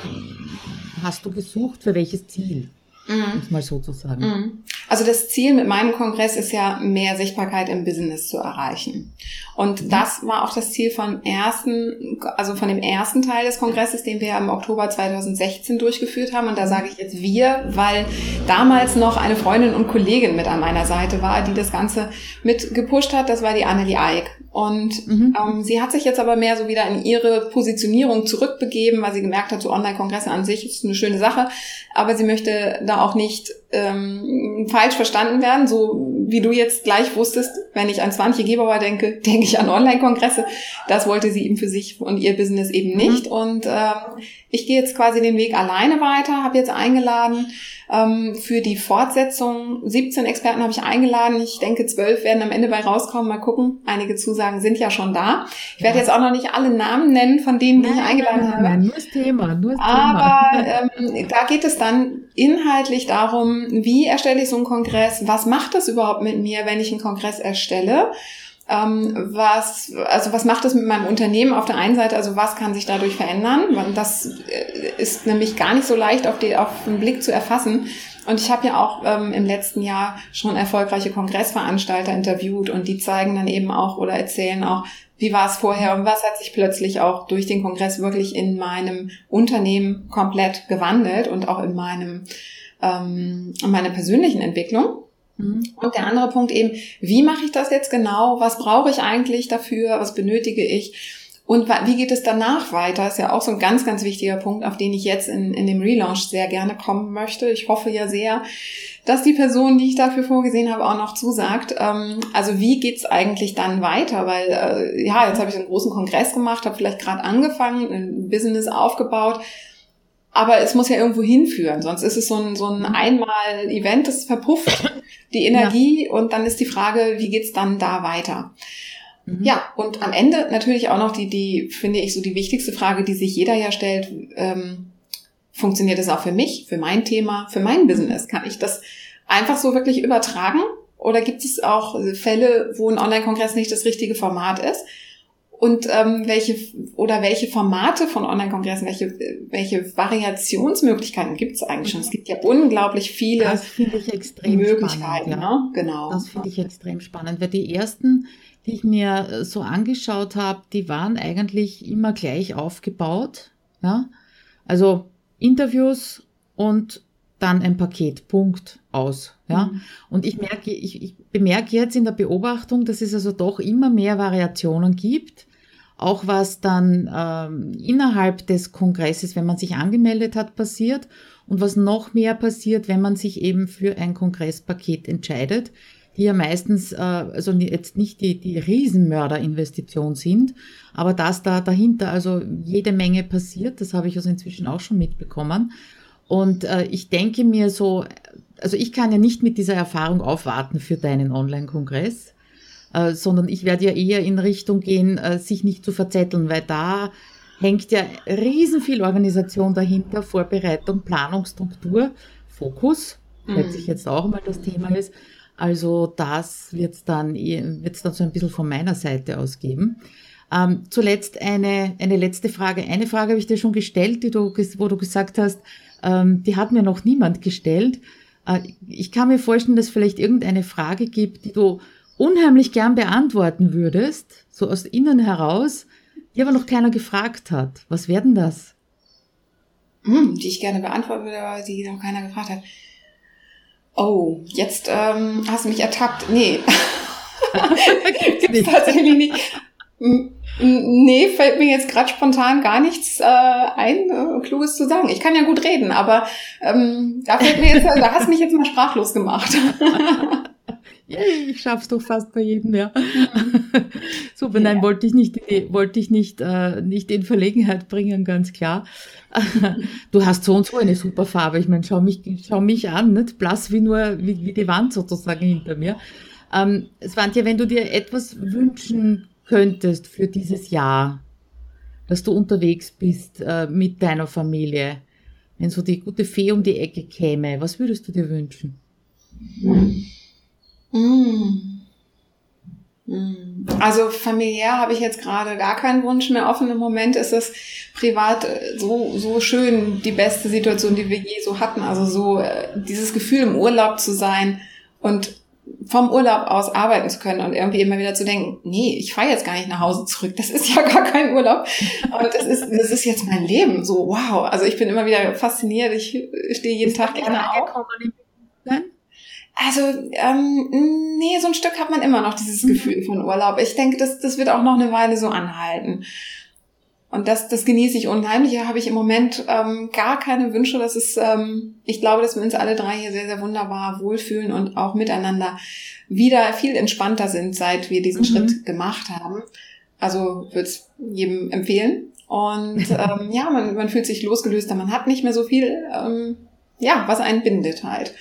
hast du gesucht? Für welches Ziel? Mhm. Um es mal so zu sagen. Mhm. Also das Ziel mit meinem Kongress ist ja, mehr Sichtbarkeit im Business zu erreichen. Und mhm. das war auch das Ziel vom ersten, also von dem ersten Teil des Kongresses, den wir im Oktober zweitausendsechzehn durchgeführt haben. Und da sage ich jetzt wir, weil damals noch eine Freundin und Kollegin mit an meiner Seite war, die das Ganze mit gepusht hat. Das war die Annelie Eick. Und mhm. ähm, sie hat sich jetzt aber mehr so wieder in ihre Positionierung zurückbegeben, weil sie gemerkt hat, so Online-Kongresse an sich ist eine schöne Sache, aber sie möchte da auch nicht ähm, falsch verstanden werden, so wie du jetzt gleich wusstest, wenn ich an Swantje Gebauer denke, denke ich an Online-Kongresse. Das wollte sie eben für sich und ihr Business eben nicht. Mhm. Und ähm, ich gehe jetzt quasi den Weg alleine weiter, habe jetzt eingeladen ähm, für die Fortsetzung. siebzehn Experten habe ich eingeladen. Ich denke, zwölf werden am Ende bei rauskommen. Mal gucken. Einige Zusagen sind ja schon da. Ich werde jetzt auch noch nicht alle Namen nennen, von denen, die nein, ich eingeladen nein, habe. Nein, nur das Thema, nur das Aber Thema. ähm, da geht es dann inhaltlich darum, wie erstelle ich so einen Kongress? Was macht das überhaupt mit mir, wenn ich einen Kongress erstelle? Ähm, was, also was macht das mit meinem Unternehmen auf der einen Seite? Also was kann sich dadurch verändern? Das ist nämlich gar nicht so leicht auf, die, auf den Blick zu erfassen. Und ich habe ja auch ähm, im letzten Jahr schon erfolgreiche Kongressveranstalter interviewt und die zeigen dann eben auch oder erzählen auch, wie war es vorher und was hat sich plötzlich auch durch den Kongress wirklich in meinem Unternehmen komplett gewandelt und auch in meinem ähm, in meiner persönlichen Entwicklung. Und der andere Punkt eben, wie mache ich das jetzt genau? Was brauche ich eigentlich dafür? Was benötige ich? Und wie geht es danach weiter? Ist ja auch so ein ganz, ganz wichtiger Punkt, auf den ich jetzt in, in dem Relaunch sehr gerne kommen möchte. Ich hoffe ja sehr, dass die Person, die ich dafür vorgesehen habe, auch noch zusagt. Also wie geht's eigentlich dann weiter? Weil ja, jetzt habe ich einen großen Kongress gemacht, habe vielleicht gerade angefangen, ein Business aufgebaut. Aber es muss ja irgendwo hinführen, sonst ist es so ein, so ein Einmal-Event, das verpufft die Energie ja. Und dann ist die Frage, wie geht's dann da weiter? Mhm. Ja, und am Ende natürlich auch noch die, die, finde ich, so die wichtigste Frage, die sich jeder ja stellt, ähm, funktioniert das auch für mich, für mein Thema, für mein Business? Kann ich das einfach so wirklich übertragen? Oder gibt es auch Fälle, wo ein Online-Kongress nicht das richtige Format ist? Und ähm, welche oder welche Formate von Online-Kongressen, welche welche Variationsmöglichkeiten gibt es eigentlich schon? Es gibt ja unglaublich viele das finde ich extrem Möglichkeiten. Spannend, ja. Ne? Genau. Das finde ich extrem spannend, weil die ersten, die ich mir so angeschaut habe, die waren eigentlich immer gleich aufgebaut. Ja, also Interviews und dann ein Paket, Punkt, aus. Ja, mhm. Und ich merke, ich, ich bemerke jetzt in der Beobachtung, dass es also doch immer mehr Variationen gibt. Auch was dann ähm, innerhalb des Kongresses, wenn man sich angemeldet hat, passiert und was noch mehr passiert, wenn man sich eben für ein Kongresspaket entscheidet, die ja meistens, äh, also jetzt nicht die, die Riesenmörderinvestition sind, aber dass da dahinter also jede Menge passiert, das habe ich also inzwischen auch schon mitbekommen. Und äh, ich denke mir so, also ich kann ja nicht mit dieser Erfahrung aufwarten für deinen Online-Kongress, Äh, sondern ich werde ja eher in Richtung gehen, äh, sich nicht zu verzetteln, weil da hängt ja riesen viel Organisation dahinter, Vorbereitung, Planung, Struktur, Fokus, falls ich jetzt auch mal das Thema ist. Also das wird's dann, wird's dann so ein bisschen von meiner Seite aus geben. Ähm, zuletzt eine, eine letzte Frage. Eine Frage habe ich dir schon gestellt, die du, wo du gesagt hast, ähm, die hat mir noch niemand gestellt. Äh, ich kann mir vorstellen, dass es vielleicht irgendeine Frage gibt, die du unheimlich gern beantworten würdest, so aus innen heraus, die aber noch keiner gefragt hat. Was wäre denn das? Hm, die ich gerne beantworten würde, aber die noch keiner gefragt hat. Oh, jetzt ähm, hast du mich ertappt. Nee. Gibt's tatsächlich nicht. Nee, fällt mir jetzt gerade spontan gar nichts äh, ein, äh, Kluges zu sagen. Ich kann ja gut reden, aber ähm, da fällt mir jetzt, da hast du mich jetzt mal sprachlos gemacht. Ich schaff's doch fast bei jedem, ja. Super, nein, ja. wollte ich nicht, wollte ich nicht, äh, nicht in Verlegenheit bringen, ganz klar. Du hast so und so eine super Farbe. Ich meine, schau mich, schau mich an, nicht blass wie nur, wie, wie die Wand sozusagen hinter mir. Ähm, Svantje, wenn du dir etwas wünschen könntest für dieses Jahr, dass du unterwegs bist äh, mit deiner Familie, wenn so die gute Fee um die Ecke käme, was würdest du dir wünschen? Also familiär habe ich jetzt gerade gar keinen Wunsch mehr offen. Im Moment ist es privat so so schön, die beste Situation, die wir je so hatten. Also so äh, dieses Gefühl, im Urlaub zu sein und vom Urlaub aus arbeiten zu können und irgendwie immer wieder zu denken, nee, ich fahre jetzt gar nicht nach Hause zurück, das ist ja gar kein Urlaub. Und das ist das ist jetzt mein Leben. So, wow. Also ich bin immer wieder fasziniert. Ich stehe jeden Tag gerne auf. Also, ähm, nee, so ein Stück hat man immer noch dieses Gefühl von Urlaub. Ich denke, das, das wird auch noch eine Weile so anhalten. Und das, das genieße ich unheimlich. Da habe ich im Moment ähm, gar keine Wünsche. Das ist, ähm, ich glaube, dass wir uns alle drei hier sehr, sehr wunderbar wohlfühlen und auch miteinander wieder viel entspannter sind, seit wir diesen mhm. Schritt gemacht haben. Also würde es jedem empfehlen. Und ähm, ja, man, man fühlt sich losgelöster. Man hat nicht mehr so viel, ähm, ja, was einen bindet halt.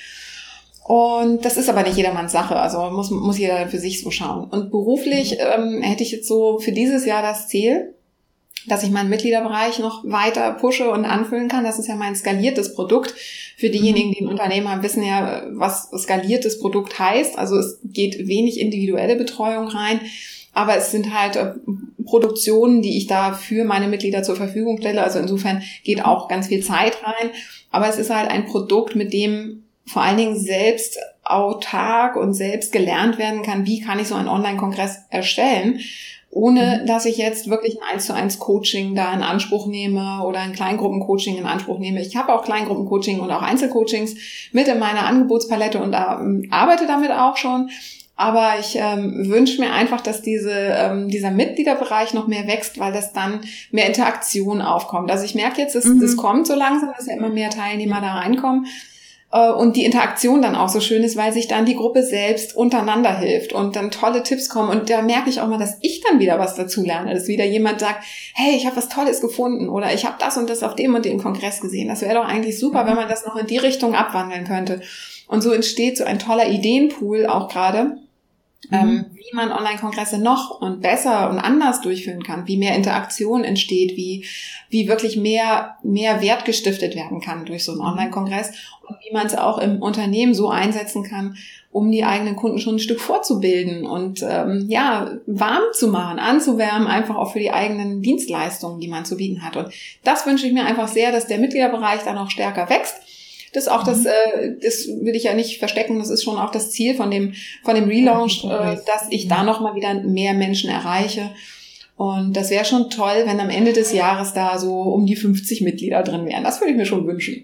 Und das ist aber nicht jedermanns Sache, also muss, muss jeder für sich so schauen. Und beruflich ähm, hätte ich jetzt so für dieses Jahr das Ziel, dass ich meinen Mitgliederbereich noch weiter pushe und anfüllen kann. Das ist ja mein skaliertes Produkt. Für diejenigen, die ein Unternehmen haben, wissen ja, was skaliertes Produkt heißt. Also es geht wenig individuelle Betreuung rein, aber es sind halt äh, Produktionen, die ich da für meine Mitglieder zur Verfügung stelle. Also insofern geht auch ganz viel Zeit rein. Aber es ist halt ein Produkt, mit dem vor allen Dingen selbst autark und selbst gelernt werden kann, wie kann ich so einen Online-Kongress erstellen, ohne dass ich jetzt wirklich ein eins zu eins Coaching da in Anspruch nehme oder ein Kleingruppencoaching in Anspruch nehme. Ich habe auch Kleingruppencoaching und auch Einzelcoachings mit in meiner Angebotspalette und ähm, arbeite damit auch schon. Aber ich ähm, wünsche mir einfach, dass diese ähm, dieser Mitgliederbereich noch mehr wächst, weil das dann mehr Interaktion aufkommt. Also ich merke jetzt, das, mhm. das kommt so langsam, dass ja immer mehr Teilnehmer da reinkommen. Und die Interaktion dann auch so schön ist, weil sich dann die Gruppe selbst untereinander hilft und dann tolle Tipps kommen. Und da merke ich auch mal, dass ich dann wieder was dazu lerne. Dass wieder jemand sagt, hey, ich habe was Tolles gefunden oder ich habe das und das auf dem und dem Kongress gesehen. Das wäre doch eigentlich super, wenn man das noch in die Richtung abwandeln könnte. Und so entsteht so ein toller Ideenpool auch gerade, mhm. ähm, wie man Online-Kongresse noch und besser und anders durchführen kann, wie mehr Interaktion entsteht, wie wie wirklich mehr mehr Wert gestiftet werden kann durch so einen Online-Kongress und wie man es auch im Unternehmen so einsetzen kann, um die eigenen Kunden schon ein Stück vorzubilden und ähm, ja warm zu machen, anzuwärmen, einfach auch für die eigenen Dienstleistungen, die man zu bieten hat. Und das wünsche ich mir einfach sehr, dass der Mitgliederbereich dann auch stärker wächst. Das ist auch das, äh, das will ich ja nicht verstecken, das ist schon auch das Ziel von dem von dem Relaunch, äh, dass ich da nochmal wieder mehr Menschen erreiche. Und das wäre schon toll, wenn am Ende des Jahres da so um die fünfzig Mitglieder drin wären. Das würde ich mir schon wünschen.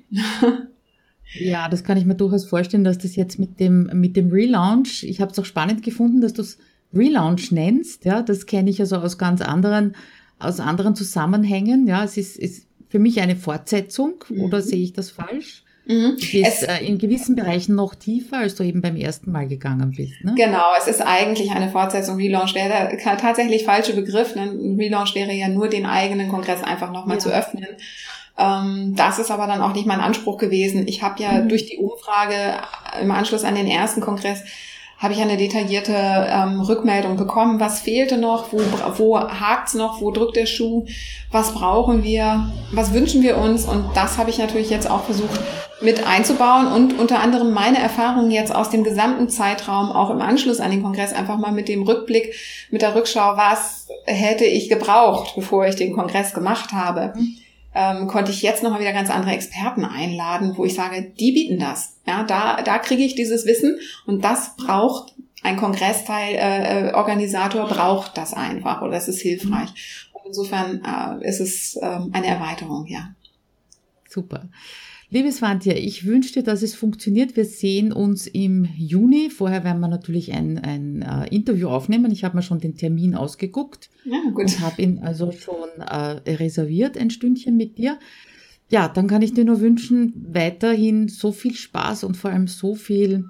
Ja, das kann ich mir durchaus vorstellen, dass das jetzt mit dem mit dem Relaunch, ich habe es auch spannend gefunden, dass du es Relaunch nennst. Ja, das kenne ich also aus ganz anderen aus anderen Zusammenhängen. Ja, es ist, ist für mich eine Fortsetzung, mhm. oder sehe ich das falsch? Mhm. Du bist äh, in gewissen Bereichen noch tiefer, als du eben beim ersten Mal gegangen bist. Ne? Genau, es ist eigentlich eine Fortsetzung. Relaunch wäre der tatsächlich falsche Begriff. Ne? Ein Relaunch wäre ja nur den eigenen Kongress einfach nochmal ja. zu öffnen. Ähm, das ist aber dann auch nicht mein Anspruch gewesen. Ich habe ja mhm. durch die Umfrage im Anschluss an den ersten Kongress habe ich eine detaillierte ähm, Rückmeldung bekommen. Was fehlte noch? Wo, wo hakt's noch? Wo drückt der Schuh? Was brauchen wir? Was wünschen wir uns? Und das habe ich natürlich jetzt auch versucht mit einzubauen und unter anderem meine Erfahrungen jetzt aus dem gesamten Zeitraum, auch im Anschluss an den Kongress, einfach mal mit dem Rückblick, mit der Rückschau, was hätte ich gebraucht, bevor ich den Kongress gemacht habe. Mhm. Ähm, konnte ich jetzt nochmal wieder ganz andere Experten einladen, wo ich sage, die bieten das. Ja, da, da kriege ich dieses Wissen und das braucht ein Kongressteil, äh, Organisator braucht das einfach oder das ist hilfreich. Und insofern äh, ist es äh, eine Erweiterung, ja. Super. Liebe Svantje, ich wünsche dir, dass es funktioniert. Wir sehen uns im Juni. Vorher werden wir natürlich ein, ein äh, Interview aufnehmen. Ich habe mir schon den Termin ausgeguckt Ja, gut. und habe ihn also schon äh, reserviert, ein Stündchen mit dir. Ja, dann kann ich dir nur wünschen, weiterhin so viel Spaß und vor allem so viel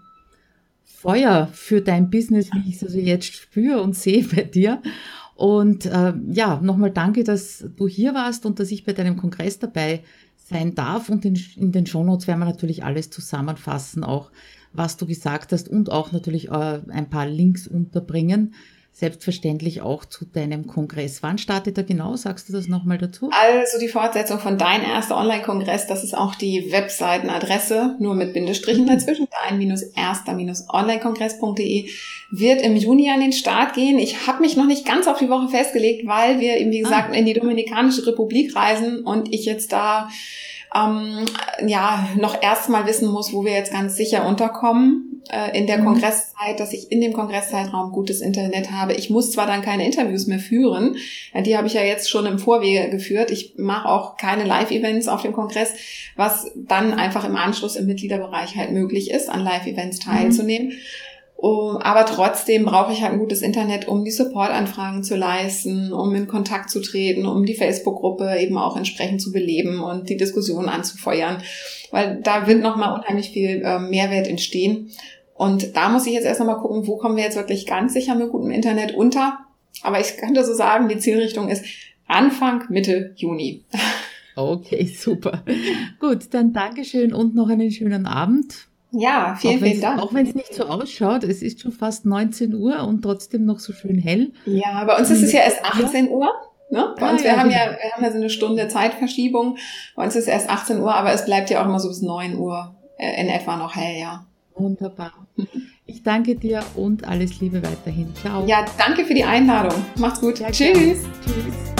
Feuer für dein Business, wie ich es also jetzt spüre und sehe bei dir. Und äh, ja, nochmal danke, dass du hier warst und dass ich bei deinem Kongress dabei sein darf. Und in, in den Shownotes werden wir natürlich alles zusammenfassen, auch was du gesagt hast und auch natürlich äh, ein paar Links unterbringen. Selbstverständlich auch zu deinem Kongress. Wann startet er genau? Sagst du das nochmal dazu? Also die Fortsetzung von Dein erster Online-Kongress, das ist auch die Webseitenadresse, nur mit Bindestrichen dazwischen, dein-erster-online-kongress punkt de, wird im Juni an den Start gehen. Ich habe mich noch nicht ganz auf die Woche festgelegt, weil wir eben, wie gesagt, ah. in die Dominikanische Republik reisen und ich jetzt da ähm, ja noch erstmal wissen muss, wo wir jetzt ganz sicher unterkommen in der Kongresszeit, dass ich in dem Kongresszeitraum gutes Internet habe. Ich muss zwar dann keine Interviews mehr führen, die habe ich ja jetzt schon im Vorwege geführt. Ich mache auch keine Live-Events auf dem Kongress, was dann einfach im Anschluss im Mitgliederbereich halt möglich ist, an Live-Events teilzunehmen. Mhm. Um, aber trotzdem brauche ich halt ein gutes Internet, um die Support-Anfragen zu leisten, um in Kontakt zu treten, um die Facebook-Gruppe eben auch entsprechend zu beleben und die Diskussion anzufeuern, weil da wird nochmal unheimlich viel äh, Mehrwert entstehen. Und da muss ich jetzt erst nochmal gucken, wo kommen wir jetzt wirklich ganz sicher mit gutem Internet unter. Aber ich könnte so sagen, die Zielrichtung ist Anfang, Mitte Juni. Okay, super. Gut, dann Dankeschön und noch einen schönen Abend. Ja, vielen, vielen Dank. Auch wenn es nicht so ausschaut, es ist schon fast neunzehn Uhr und trotzdem noch so schön hell. Ja, bei uns ist es ja erst achtzehn Uhr. Ne? Bei ah, uns, wir, ja, haben genau. ja, wir haben ja so eine Stunde Zeitverschiebung. Bei uns ist es erst achtzehn Uhr, aber es bleibt ja auch immer so bis neun Uhr in etwa noch hell, ja. Wunderbar. Ich danke dir und alles Liebe weiterhin. Ciao. Ja, danke für die Einladung. Macht's gut. Ja, Tschüss. Tschüss.